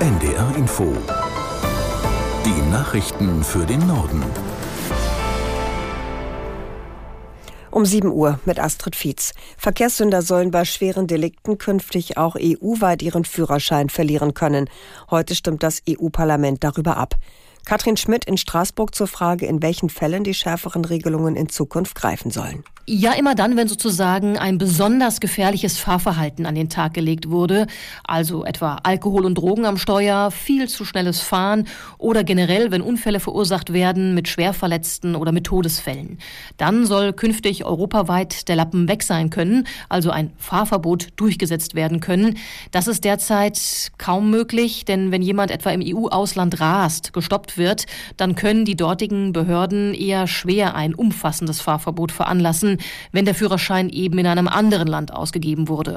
NDR Info. Die Nachrichten für den Norden. Um 7 Uhr mit Astrid Fietz. Verkehrssünder sollen bei schweren Delikten künftig auch EU-weit ihren Führerschein verlieren können. Heute stimmt das EU-Parlament darüber ab. Katrin Schmidt in Straßburg zur Frage, in welchen Fällen die schärferen Regelungen in Zukunft greifen sollen. Ja, immer dann, wenn sozusagen ein besonders gefährliches Fahrverhalten an den Tag gelegt wurde, also etwa Alkohol und Drogen am Steuer, viel zu schnelles Fahren oder generell, wenn Unfälle verursacht werden mit Schwerverletzten oder mit Todesfällen. Dann soll künftig europaweit der Lappen weg sein können, also ein Fahrverbot durchgesetzt werden können. Das ist derzeit kaum möglich, denn wenn jemand etwa im EU-Ausland rast, gestoppt wird, dann können die dortigen Behörden eher schwer ein umfassendes Fahrverbot veranlassen, wenn der Führerschein eben in einem anderen Land ausgegeben wurde.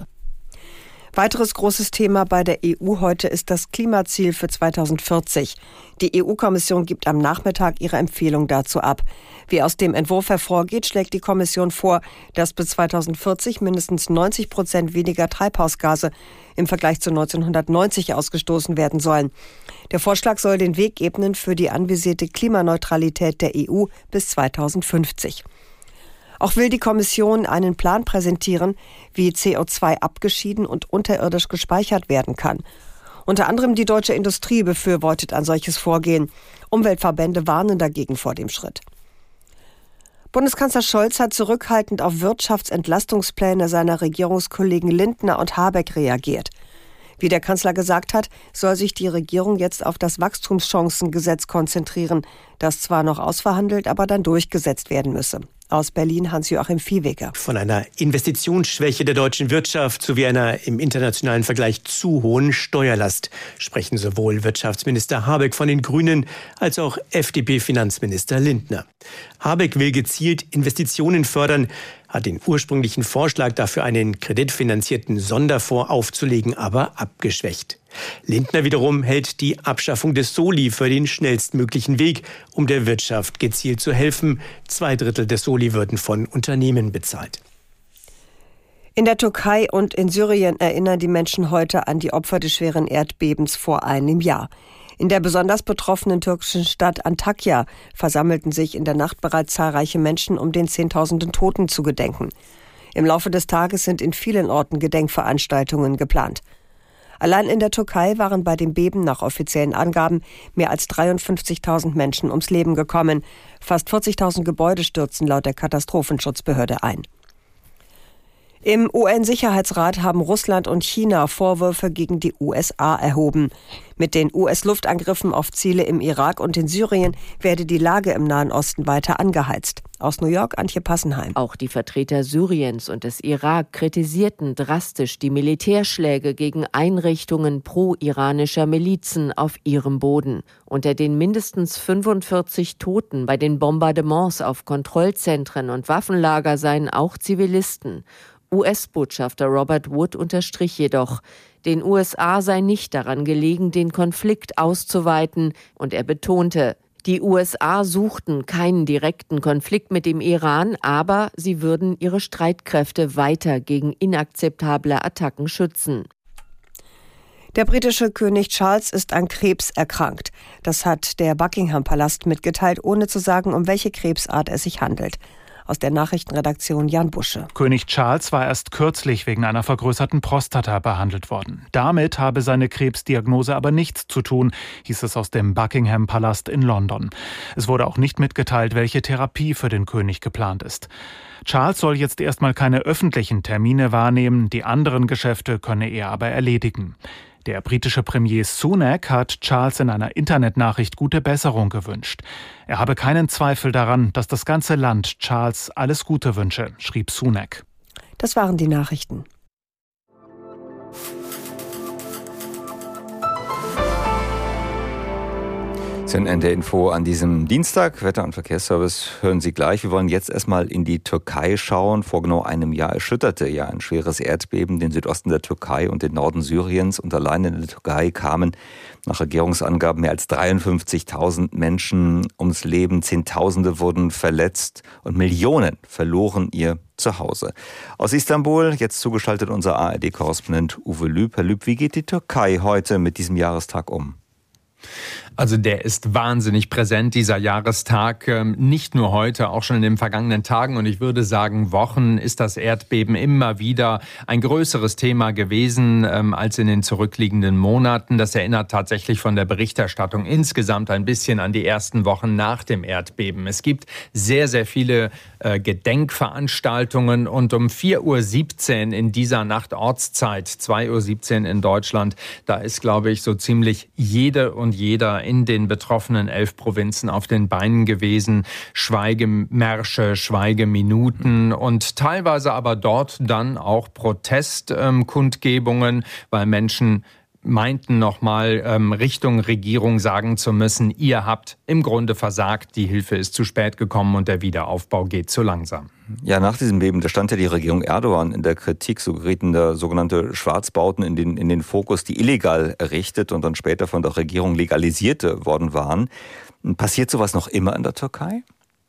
Weiteres großes Thema bei der EU heute ist das Klimaziel für 2040. Die EU-Kommission gibt am Nachmittag ihre Empfehlung dazu ab. Wie aus dem Entwurf hervorgeht, schlägt die Kommission vor, dass bis 2040 mindestens 90% weniger Treibhausgase im Vergleich zu 1990 ausgestoßen werden sollen. Der Vorschlag soll den Weg ebnen für die anvisierte Klimaneutralität der EU bis 2050. Auch will die Kommission einen Plan präsentieren, wie CO2 abgeschieden und unterirdisch gespeichert werden kann. Unter anderem die deutsche Industrie befürwortet ein solches Vorgehen. Umweltverbände warnen dagegen vor dem Schritt. Bundeskanzler Scholz hat zurückhaltend auf Wirtschaftsentlastungspläne seiner Regierungskollegen Lindner und Habeck reagiert. Wie der Kanzler gesagt hat, soll sich die Regierung jetzt auf das Wachstumschancengesetz konzentrieren, das zwar noch ausverhandelt, aber dann durchgesetzt werden müsse. Aus Berlin Hans-Joachim Viehweger. Von einer Investitionsschwäche der deutschen Wirtschaft sowie einer im internationalen Vergleich zu hohen Steuerlast sprechen sowohl Wirtschaftsminister Habeck von den Grünen als auch FDP-Finanzminister Lindner. Habeck will gezielt Investitionen fördern, hat den ursprünglichen Vorschlag dafür einen kreditfinanzierten Sonderfonds aufzulegen, aber abgeschwächt. Lindner wiederum hält die Abschaffung des Soli für den schnellstmöglichen Weg, um der Wirtschaft gezielt zu helfen. 2/3 des Soli würden von Unternehmen bezahlt. In der Türkei und in Syrien erinnern die Menschen heute an die Opfer des schweren Erdbebens vor einem Jahr. In der besonders betroffenen türkischen Stadt Antakya versammelten sich in der Nacht bereits zahlreiche Menschen, um den Zehntausenden Toten zu gedenken. Im Laufe des Tages sind in vielen Orten Gedenkveranstaltungen geplant. Allein in der Türkei waren bei dem Beben nach offiziellen Angaben mehr als 53.000 Menschen ums Leben gekommen. Fast 40.000 Gebäude stürzen laut der Katastrophenschutzbehörde ein. Im UN-Sicherheitsrat haben Russland und China Vorwürfe gegen die USA erhoben. Mit den US-Luftangriffen auf Ziele im Irak und in Syrien werde die Lage im Nahen Osten weiter angeheizt. Aus New York, Antje Passenheim. Auch die Vertreter Syriens und des Irak kritisierten drastisch die Militärschläge gegen Einrichtungen pro-iranischer Milizen auf ihrem Boden. Unter den mindestens 45 Toten bei den Bombardements auf Kontrollzentren und Waffenlager seien auch Zivilisten. US-Botschafter Robert Wood unterstrich jedoch, den USA sei nicht daran gelegen, den Konflikt auszuweiten, und er betonte, die USA suchten keinen direkten Konflikt mit dem Iran, aber sie würden ihre Streitkräfte weiter gegen inakzeptable Attacken schützen. Der britische König Charles ist an Krebs erkrankt. Das hat der Buckingham-Palast mitgeteilt, ohne zu sagen, um welche Krebsart es sich handelt. Aus der Nachrichtenredaktion Jan Busche. König Charles war erst kürzlich wegen einer vergrößerten Prostata behandelt worden. Damit habe seine Krebsdiagnose aber nichts zu tun, hieß es aus dem Buckingham-Palast in London. Es wurde auch nicht mitgeteilt, welche Therapie für den König geplant ist. Charles soll jetzt erstmal keine öffentlichen Termine wahrnehmen, die anderen Geschäfte könne er aber erledigen. Der britische Premier Sunak hat Charles in einer Internetnachricht gute Besserung gewünscht. Er habe keinen Zweifel daran, dass das ganze Land Charles alles Gute wünsche, schrieb Sunak. Das waren die Nachrichten. Sie 10 NDR Info an diesem Dienstag. Wetter- und Verkehrsservice hören Sie gleich. Wir wollen jetzt erstmal in die Türkei schauen. Vor genau einem Jahr erschütterte ja ein schweres Erdbeben den Südosten der Türkei und den Norden Syriens. Und allein in der Türkei kamen nach Regierungsangaben mehr als 53.000 Menschen ums Leben. Zehntausende wurden verletzt und Millionen verloren ihr Zuhause. Aus Istanbul jetzt zugeschaltet unser ARD-Korrespondent Uwe Lüb. Herr Lüb, wie geht die Türkei heute mit diesem Jahrestag um? Also der ist wahnsinnig präsent, dieser Jahrestag. Nicht nur heute, auch schon in den vergangenen Tagen und ich würde sagen Wochen ist das Erdbeben immer wieder ein größeres Thema gewesen als in den zurückliegenden Monaten. Das erinnert tatsächlich von der Berichterstattung insgesamt ein bisschen an die ersten Wochen nach dem Erdbeben. Es gibt sehr, sehr viele Gedenkveranstaltungen und um 4:17 Uhr in dieser Nacht Ortszeit, 2:17 Uhr in Deutschland, da ist, glaube ich, so ziemlich jede und jeder in den betroffenen 11 Provinzen auf den Beinen gewesen. Schweigemärsche, Schweigeminuten und teilweise aber dort dann auch Protestkundgebungen, weil Menschen meinten nochmal Richtung Regierung sagen zu müssen, ihr habt im Grunde versagt, die Hilfe ist zu spät gekommen und der Wiederaufbau geht zu langsam. Ja, nach diesem Beben, da stand ja die Regierung Erdogan in der Kritik. So gerieten da sogenannte Schwarzbauten in den Fokus, die illegal errichtet und dann später von der Regierung legalisiert worden waren. Passiert sowas noch immer in der Türkei?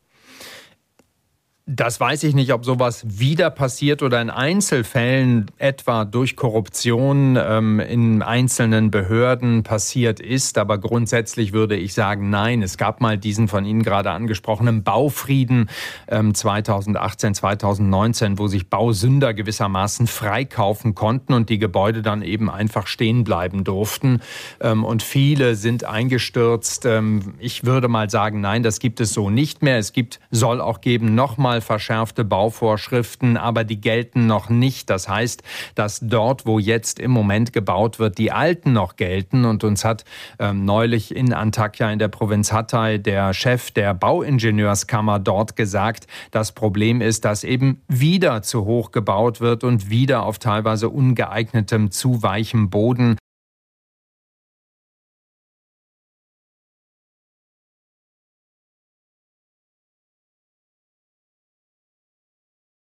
Das weiß ich nicht, ob sowas wieder passiert oder in Einzelfällen etwa durch Korruption in einzelnen Behörden passiert ist. Aber grundsätzlich würde ich sagen, nein. Es gab mal diesen von Ihnen gerade angesprochenen Baufrieden 2018, 2019, wo sich Bausünder gewissermaßen freikaufen konnten und die Gebäude dann eben einfach stehen bleiben durften. Und viele sind eingestürzt. Ich würde mal sagen, nein, das gibt es so nicht mehr. Soll auch geben, nochmal verschärfte Bauvorschriften, aber die gelten noch nicht. Das heißt, dass dort, wo jetzt im Moment gebaut wird, die alten noch gelten. Und uns hat neulich in Antakya in der Provinz Hatay der Chef der Bauingenieurskammer dort gesagt, das Problem ist, dass eben wieder zu hoch gebaut wird und wieder auf teilweise ungeeignetem, zu weichem Boden.